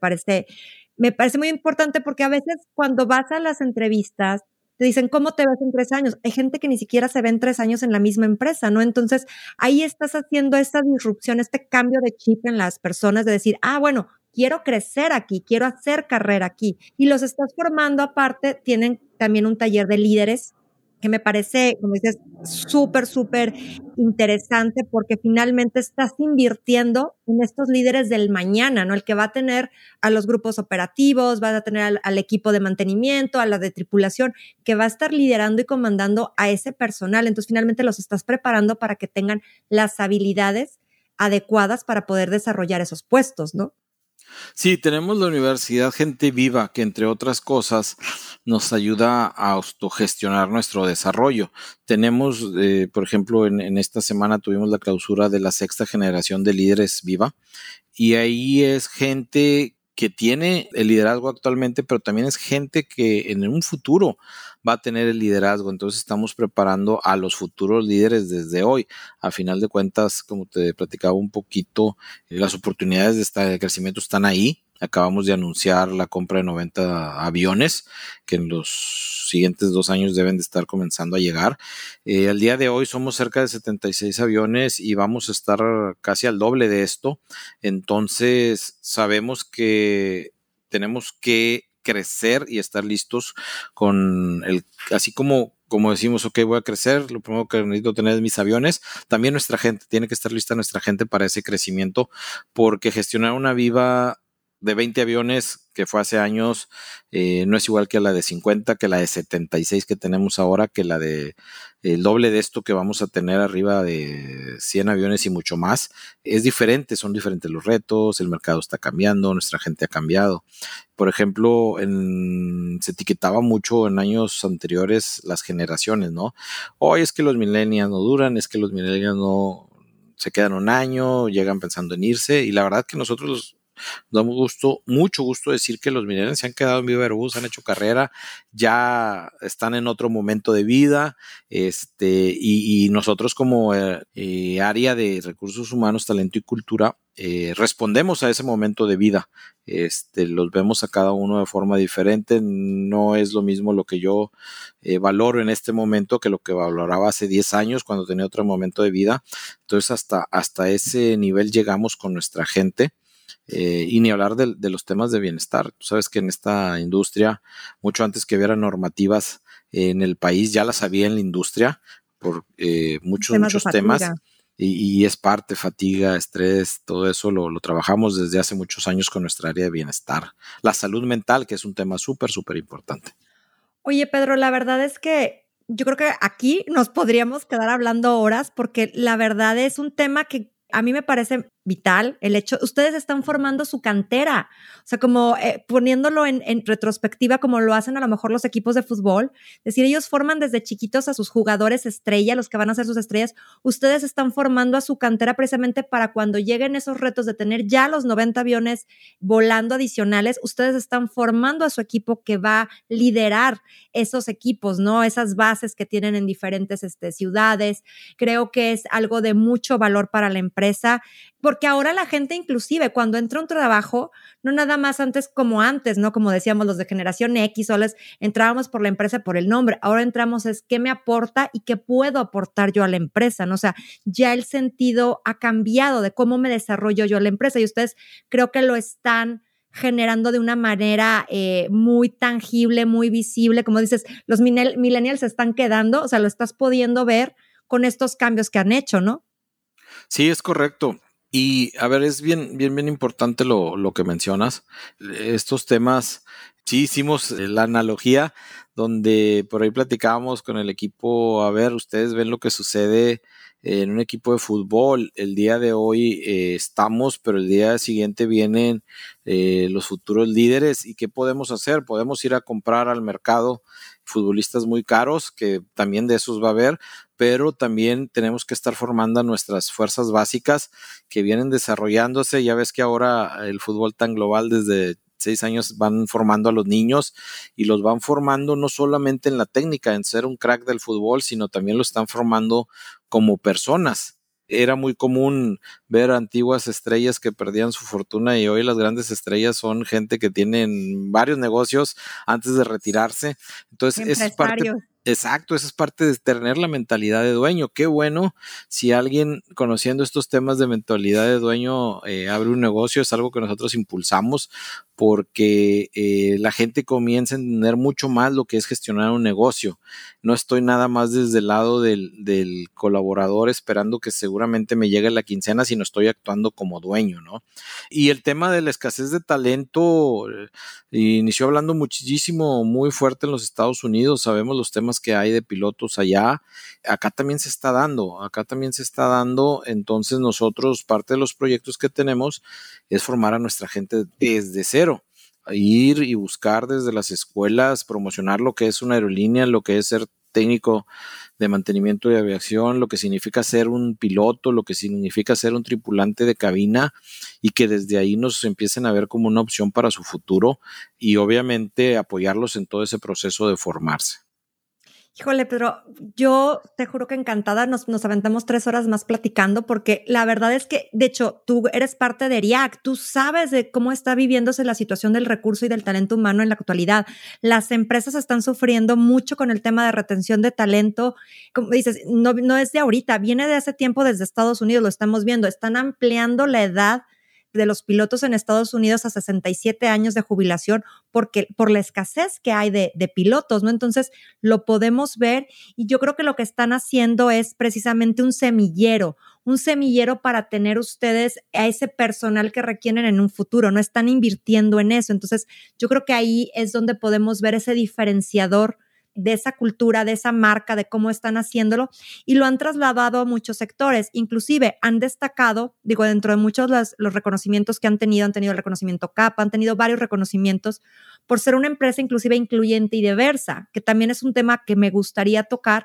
me parece muy importante porque a veces cuando vas a las entrevistas te dicen, ¿cómo te ves en 3 años? Hay gente que ni siquiera se ve en 3 años en la misma empresa, ¿no? Entonces, ahí estás haciendo esta disrupción, este cambio de chip en las personas de decir, bueno, quiero crecer aquí, quiero hacer carrera aquí. Y los estás formando aparte, tienen también un taller de líderes que me parece, como dices, súper, súper interesante porque finalmente estás invirtiendo en estos líderes del mañana, ¿no? El que va a tener a los grupos operativos, va a tener al equipo de mantenimiento, a la de tripulación, que va a estar liderando y comandando a ese personal. Entonces, finalmente los estás preparando para que tengan las habilidades adecuadas para poder desarrollar esos puestos, ¿no? Sí, tenemos la Universidad Gente Viva, que entre otras cosas nos ayuda a autogestionar nuestro desarrollo. Tenemos, por ejemplo, en esta semana tuvimos la clausura de la 6ª generación de líderes Viva, y ahí es gente que tiene el liderazgo actualmente, pero también es gente que en un futuro va a tener el liderazgo. Entonces estamos preparando a los futuros líderes desde hoy. A final de cuentas, como te platicaba un poquito, las oportunidades de crecimiento están ahí. Acabamos de anunciar la compra de 90 aviones que en los siguientes 2 años deben de estar comenzando a llegar. Al día de hoy somos cerca de 76 aviones y vamos a estar casi al doble de esto. Entonces sabemos que tenemos que crecer y estar listos con así como decimos, ok, voy a crecer, lo primero que necesito tener es mis aviones, también nuestra gente, tiene que estar lista nuestra gente para ese crecimiento, porque gestionar una Viva de 20 aviones que fue hace años, no es igual que la de 50, que la de 76 que tenemos ahora, que la de el doble de esto que vamos a tener arriba de 100 aviones y mucho más. Es diferente, son diferentes los retos, el mercado está cambiando, nuestra gente ha cambiado. Por ejemplo, se etiquetaba mucho en años anteriores las generaciones, ¿no? Hoy es que los millennials no duran, es que los millennials no se quedan un año, llegan pensando en irse, y la verdad que nosotros Nos da mucho gusto decir que los millennials se han quedado en Viva Aerobús, han hecho carrera, ya están en otro momento de vida, y nosotros como área de recursos humanos, talento y cultura, respondemos a ese momento de vida. Los vemos a cada uno de forma diferente. No es lo mismo lo que yo valoro en este momento que lo que valoraba hace 10 años cuando tenía otro momento de vida. Entonces hasta ese nivel llegamos con nuestra gente. Y ni hablar de los temas de bienestar. Tú sabes que en esta industria, mucho antes que hubiera normativas en el país, ya las había en la industria por muchos temas. Y es parte, fatiga, estrés, todo eso lo trabajamos desde hace muchos años con nuestra área de bienestar. La salud mental, que es un tema súper importante. Oye, Pedro, la verdad es que yo creo que aquí nos podríamos quedar hablando horas porque la verdad es un tema que a mí me parece vital el hecho, ustedes están formando su cantera, o sea, como poniéndolo en retrospectiva como lo hacen a lo mejor los equipos de fútbol, es decir, ellos forman desde chiquitos a sus jugadores estrella, los que van a ser sus estrellas, ustedes están formando a su cantera precisamente para cuando lleguen esos retos de tener ya los 90 aviones volando adicionales, ustedes están formando a su equipo que va a liderar esos equipos, ¿no? Esas bases que tienen en diferentes ciudades, creo que es algo de mucho valor para la empresa, porque ahora la gente inclusive cuando entra a un trabajo, no nada más antes como antes, ¿no? Como decíamos los de generación X, solo entrábamos por la empresa por el nombre, ahora entramos es qué me aporta y qué puedo aportar yo a la empresa, ¿no? O sea, ya el sentido ha cambiado de cómo me desarrollo yo a la empresa y ustedes creo que lo están generando de una manera muy tangible, muy visible, como dices, los millennials se están quedando, o sea, lo estás pudiendo ver con estos cambios que han hecho, ¿no? Sí, es correcto. Y a ver, es bien importante lo que mencionas. Estos temas, sí hicimos la analogía donde por ahí platicábamos con el equipo, a ver, ustedes ven lo que sucede en un equipo de fútbol. El día de hoy estamos, pero el día siguiente vienen los futuros líderes. ¿Y qué podemos hacer? Podemos ir a comprar al mercado futbolistas muy caros, que también de esos va a haber, pero también tenemos que estar formando a nuestras fuerzas básicas que vienen desarrollándose. Ya ves que ahora el fútbol tan global desde 6 años van formando a los niños y los van formando no solamente en la técnica, en ser un crack del fútbol, sino también lo están formando como personas. Era muy común ver antiguas estrellas que perdían su fortuna y hoy las grandes estrellas son gente que tienen varios negocios antes de retirarse. Entonces, eso es parte. Exacto, esa es parte de tener la mentalidad de dueño. Qué bueno si alguien conociendo estos temas de mentalidad de dueño abre un negocio, es algo que nosotros impulsamos porque la gente comienza a entender mucho más lo que es gestionar un negocio. No estoy nada más desde el lado del colaborador esperando que seguramente me llegue la quincena, sino estoy actuando como dueño, ¿no? Y el tema de la escasez de talento inició hablando muchísimo, muy fuerte en los Estados Unidos. Sabemos los temas que hay de pilotos allá. Acá también se está dando. Entonces nosotros, parte de los proyectos que tenemos es formar a nuestra gente desde cero. Ir y buscar desde las escuelas, promocionar lo que es una aerolínea, lo que es ser técnico de mantenimiento de aviación, lo que significa ser un piloto, lo que significa ser un tripulante de cabina y que desde ahí nos empiecen a ver como una opción para su futuro y obviamente apoyarlos en todo ese proceso de formarse. Híjole, Pedro, yo te juro que encantada, nos aventamos 3 horas más platicando porque la verdad es que, de hecho, tú eres parte de ERIAC, tú sabes de cómo está viviéndose la situación del recurso y del talento humano en la actualidad. Las empresas están sufriendo mucho con el tema de retención de talento. Como dices, no es de ahorita, viene de hace tiempo desde Estados Unidos, lo estamos viendo, están ampliando la edad de los pilotos en Estados Unidos a 67 años de jubilación por la escasez que hay de pilotos, ¿no? Entonces, lo podemos ver y yo creo que lo que están haciendo es precisamente un semillero para tener ustedes a ese personal que requieren en un futuro, no están invirtiendo en eso. Entonces, yo creo que ahí es donde podemos ver ese diferenciador de esa cultura, de esa marca, de cómo están haciéndolo y lo han trasladado a muchos sectores. Inclusive han destacado, digo, dentro de muchos los reconocimientos que han tenido el reconocimiento CAP, han tenido varios reconocimientos por ser una empresa inclusive incluyente y diversa, que también es un tema que me gustaría tocar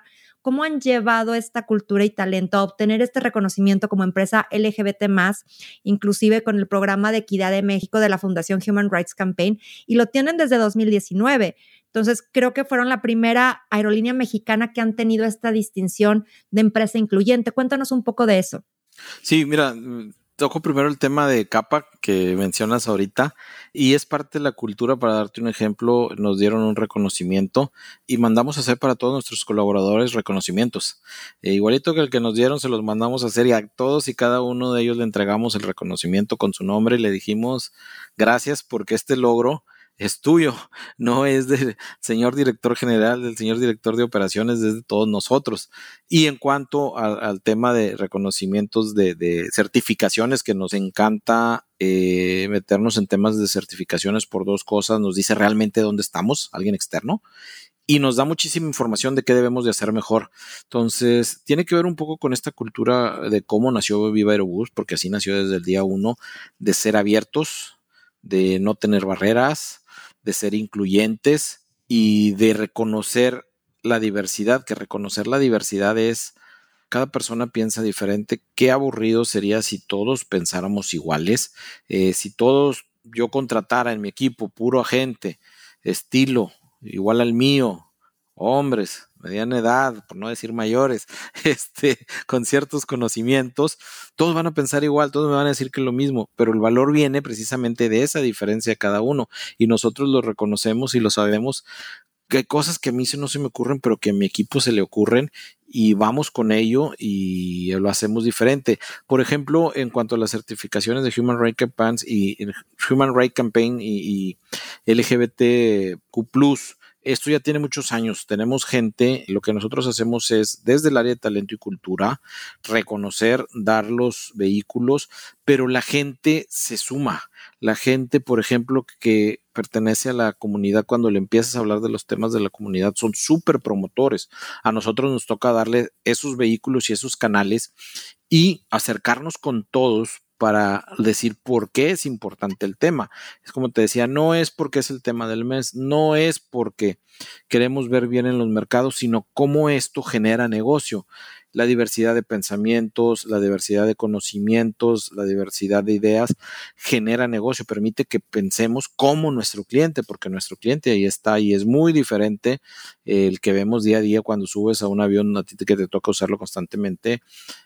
¿cómo han llevado esta cultura y talento a obtener este reconocimiento como empresa LGBT+, inclusive con el programa de equidad de México de la Fundación Human Rights Campaign, y lo tienen desde 2019? Entonces, creo que fueron la primera aerolínea mexicana que han tenido esta distinción de empresa incluyente. Cuéntanos un poco de eso. Sí, mira, toco primero el tema de CAPA que mencionas ahorita y es parte de la cultura. Para darte un ejemplo, nos dieron un reconocimiento y mandamos a hacer para todos nuestros colaboradores reconocimientos. Igualito que el que nos dieron, se los mandamos a hacer y a todos y cada uno de ellos le entregamos el reconocimiento con su nombre y le dijimos gracias porque este logro es tuyo, no es del señor director general, del señor director de operaciones, es de todos nosotros. Y en cuanto al tema de reconocimientos de certificaciones, que nos encanta meternos en temas de certificaciones por dos cosas, nos dice realmente dónde estamos, alguien externo, y nos da muchísima información de qué debemos de hacer mejor. Entonces, tiene que ver un poco con esta cultura de cómo nació Viva Aerobús, porque así nació desde el día 1, de ser abiertos, de no tener barreras, de ser incluyentes y de reconocer la diversidad, que reconocer la diversidad es, cada persona piensa diferente. Qué aburrido sería si todos pensáramos iguales, si todos, yo contratara en mi equipo puro agente, estilo, igual al mío, hombres, mediana edad, por no decir mayores, con ciertos conocimientos, todos van a pensar igual, todos me van a decir que es lo mismo, pero el valor viene precisamente de esa diferencia de cada uno y nosotros lo reconocemos y lo sabemos, que hay cosas que a mí no se me ocurren, pero que a mi equipo se le ocurren y vamos con ello y lo hacemos diferente. Por ejemplo, en cuanto a las certificaciones de Human Rights Campaign y LGBTQ+, esto ya tiene muchos años, tenemos gente, lo que nosotros hacemos es desde el área de talento y cultura, reconocer, dar los vehículos, pero la gente se suma. La gente, por ejemplo, que pertenece a la comunidad, cuando le empiezas a hablar de los temas de la comunidad, son súper promotores. A nosotros nos toca darle esos vehículos y esos canales y acercarnos con todos para decir por qué es importante el tema. Es como te decía, no es porque es el tema del mes, no es porque queremos ver bien en los mercados, sino cómo esto genera negocio. La diversidad de pensamientos, la diversidad de conocimientos, la diversidad de ideas genera negocio, permite que pensemos como nuestro cliente, porque nuestro cliente ahí está y es muy diferente el que vemos día a día cuando subes a un avión, a ti que te toca usarlo constantemente.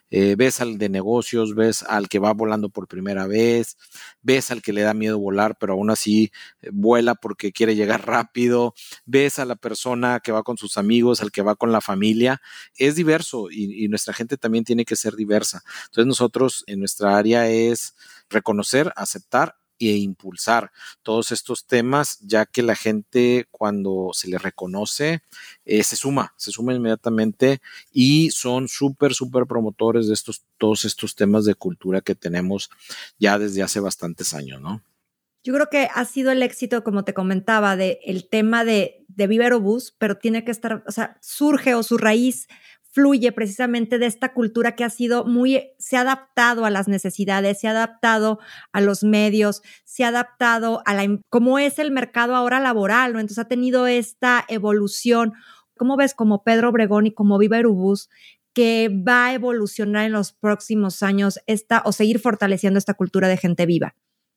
Ves al de negocios, ves al que va volando por primera vez, ves al que le da miedo volar, pero aún así vuela porque quiere llegar rápido, ves a la persona que va con sus amigos, al que va con la familia. Es diverso y nuestra gente también tiene que ser diversa. Entonces nosotros en nuestra área es reconocer, aceptar e impulsar todos estos temas, ya que la gente cuando se le reconoce se suma inmediatamente y son súper promotores de todos estos temas de cultura que tenemos ya desde hace bastantes años, ¿no? Yo creo que ha sido el éxito, como te comentaba, el tema de Viva Aerobús, pero tiene que estar, o sea, surge o su raíz fluye precisamente de esta cultura que ha sido se ha adaptado a las necesidades, se ha adaptado a los medios, se ha adaptado a cómo es el mercado ahora laboral, ¿no? Entonces ha tenido esta evolución. ¿Cómo ves como Pedro Obregón y como Viva Aerobús que va a evolucionar en los próximos años o seguir fortaleciendo esta cultura de gente viva?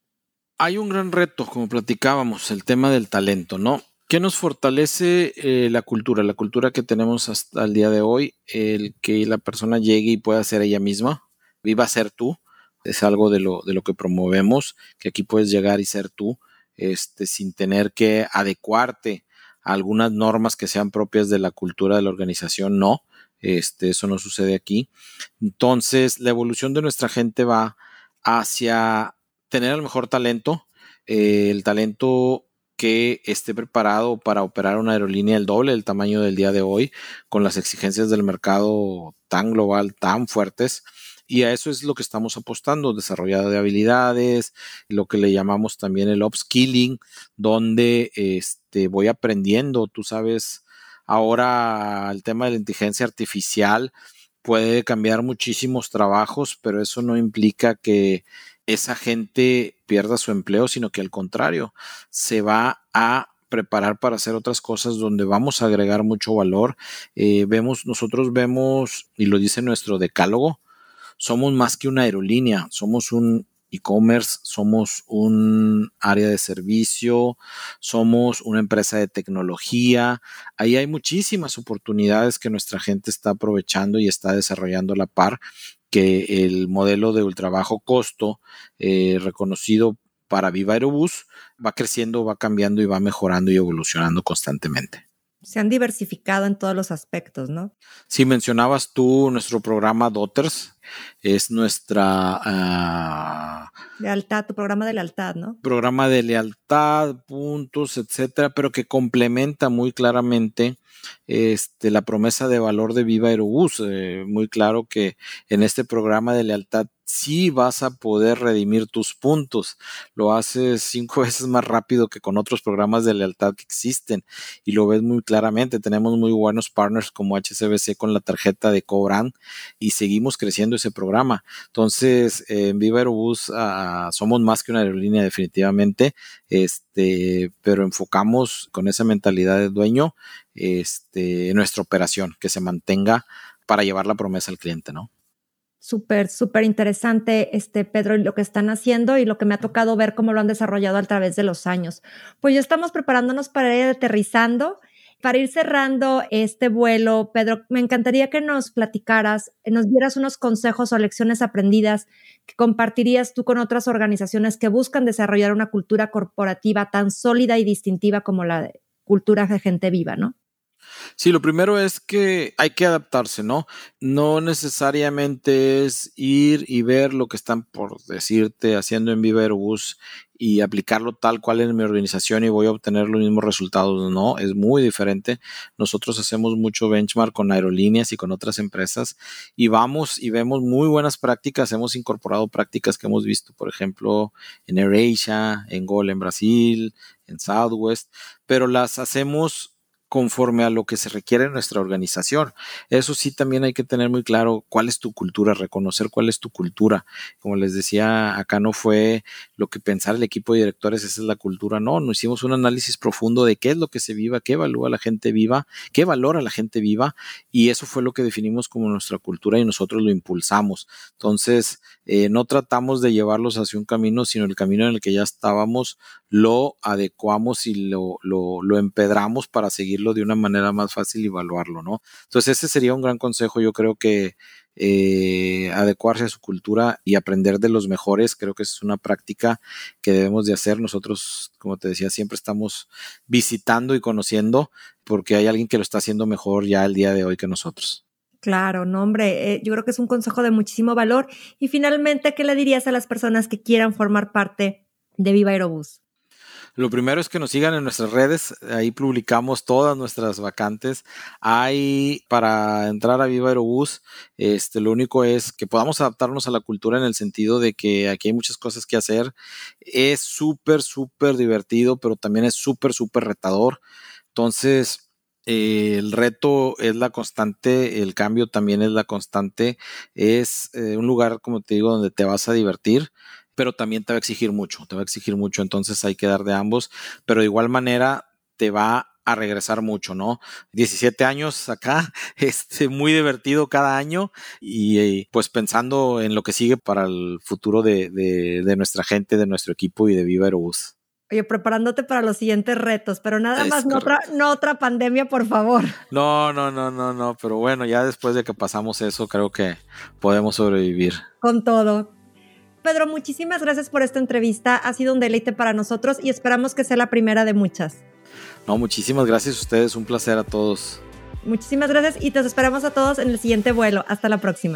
Hay un gran reto, como platicábamos, el tema del talento, ¿no? ¿Qué nos fortalece la cultura? La cultura que tenemos hasta el día de hoy, el que la persona llegue y pueda ser ella misma, viva a ser tú, es algo de lo que promovemos, que aquí puedes llegar y ser tú, sin tener que adecuarte a algunas normas que sean propias de la cultura de la organización, no, eso no sucede aquí. Entonces, la evolución de nuestra gente va hacia tener el mejor talento, el talento que esté preparado para operar una aerolínea el doble del tamaño del día de hoy, con las exigencias del mercado tan global, tan fuertes, y a eso es lo que estamos apostando, desarrollar de habilidades, lo que le llamamos también el upskilling, donde voy aprendiendo, tú sabes, ahora el tema de la inteligencia artificial puede cambiar muchísimos trabajos, pero eso no implica que esa gente pierda su empleo, sino que al contrario, se va a preparar para hacer otras cosas donde vamos a agregar mucho valor. Nosotros vemos, y lo dice nuestro decálogo, somos más que una aerolínea, somos un e-commerce, somos un área de servicio, somos una empresa de tecnología. Ahí hay muchísimas oportunidades que nuestra gente está aprovechando y está desarrollando a la par, que el modelo de ultra bajo costo reconocido para Viva Aerobús va creciendo, va cambiando y va mejorando y evolucionando constantemente. Se han diversificado en todos los aspectos, ¿no? Sí, mencionabas tú nuestro programa Daughters, es nuestra lealtad, tu programa de lealtad, ¿no? Programa de lealtad, puntos, etcétera, pero que complementa muy claramente la promesa de valor de Viva Aerobús. Muy claro que en este programa de lealtad sí vas a poder redimir tus puntos. Lo haces 5 veces más rápido que con otros programas de lealtad que existen y lo ves muy claramente. Tenemos muy buenos partners como HSBC con la tarjeta de Cobrand y seguimos creciendo ese programa. Entonces, en Viva Aerobús somos más que una aerolínea definitivamente, pero enfocamos con esa mentalidad de dueño en nuestra operación, que se mantenga para llevar la promesa al cliente, ¿no? Súper, súper interesante, Pedro, lo que están haciendo y lo que me ha tocado ver cómo lo han desarrollado a través de los años. Pues ya estamos preparándonos para ir aterrizando. Para ir cerrando este vuelo, Pedro, me encantaría que nos platicaras, nos dieras unos consejos o lecciones aprendidas que compartirías tú con otras organizaciones que buscan desarrollar una cultura corporativa tan sólida y distintiva como la cultura de gente viva, ¿no? Sí, lo primero es que hay que adaptarse, ¿no? No necesariamente es ir y ver lo que están por decirte haciendo en Viva Aerobús y aplicarlo tal cual en mi organización y voy a obtener los mismos resultados, no, es muy diferente. Nosotros hacemos mucho benchmark con aerolíneas y con otras empresas y vamos y vemos muy buenas prácticas. Hemos incorporado prácticas que hemos visto, por ejemplo, en AirAsia, en Gol en Brasil, en Southwest, pero las hacemos conforme a lo que se requiere en nuestra organización. Eso sí, también hay que tener muy claro cuál es tu cultura, reconocer cuál es tu cultura. Como les decía, acá no fue lo que pensar el equipo de directores, esa es la cultura. No hicimos un análisis profundo de qué es lo que se viva, qué evalúa la gente viva, qué valora la gente viva, y eso fue lo que definimos como nuestra cultura y nosotros lo impulsamos. Entonces, no tratamos de llevarlos hacia un camino, sino el camino en el que ya estábamos, lo adecuamos y lo empedramos para seguirlo de una manera más fácil y evaluarlo, ¿no? Entonces ese sería un gran consejo. Yo creo que adecuarse a su cultura y aprender de los mejores, creo que es una práctica que debemos de hacer. Nosotros, como te decía, siempre estamos visitando y conociendo porque hay alguien que lo está haciendo mejor ya el día de hoy que nosotros. Claro, no, hombre, yo creo que es un consejo de muchísimo valor. Y finalmente, ¿qué le dirías a las personas que quieran formar parte de Viva Aerobús? Lo primero es que nos sigan en nuestras redes, ahí publicamos todas nuestras vacantes. Hay para entrar a Viva Aerobús, lo único es que podamos adaptarnos a la cultura en el sentido de que aquí hay muchas cosas que hacer. Es súper, súper divertido, pero también es súper, súper retador. Entonces, el reto es la constante, el cambio también es la constante. Es un lugar, como te digo, donde te vas a divertir, pero también te va a exigir mucho, entonces hay que dar de ambos, pero de igual manera te va a regresar mucho, ¿no? 17 años acá, muy divertido cada año y pues pensando en lo que sigue para el futuro de nuestra gente, de nuestro equipo y de Viva Aerobús. Oye, preparándote para los siguientes retos, pero nada más no otra pandemia, por favor. No, pero bueno, ya después de que pasamos eso, creo que podemos sobrevivir. Con todo. Pedro, muchísimas gracias por esta entrevista. Ha sido un deleite para nosotros y esperamos que sea la primera de muchas. No, muchísimas gracias a ustedes. Un placer a todos. Muchísimas gracias y te esperamos a todos en el siguiente vuelo. Hasta la próxima.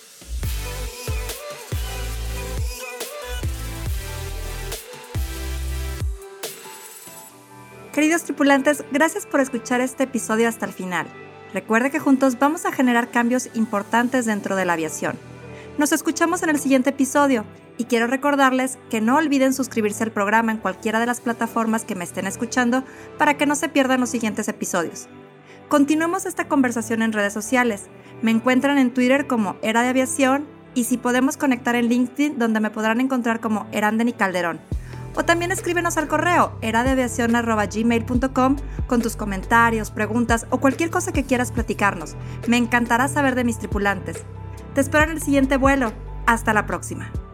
Queridos tripulantes, gracias por escuchar este episodio hasta el final. Recuerde que juntos vamos a generar cambios importantes dentro de la aviación. Nos escuchamos en el siguiente episodio y quiero recordarles que no olviden suscribirse al programa en cualquiera de las plataformas que me estén escuchando para que no se pierdan los siguientes episodios. Continuemos esta conversación en redes sociales. Me encuentran en Twitter como Era de Aviación y si podemos conectar en LinkedIn donde me podrán encontrar como Eranden y Calderón. O también escríbenos al correo eradeaviacion@gmail.com con tus comentarios, preguntas o cualquier cosa que quieras platicarnos. Me encantará saber de mis tripulantes. Te espero en el siguiente vuelo. Hasta la próxima.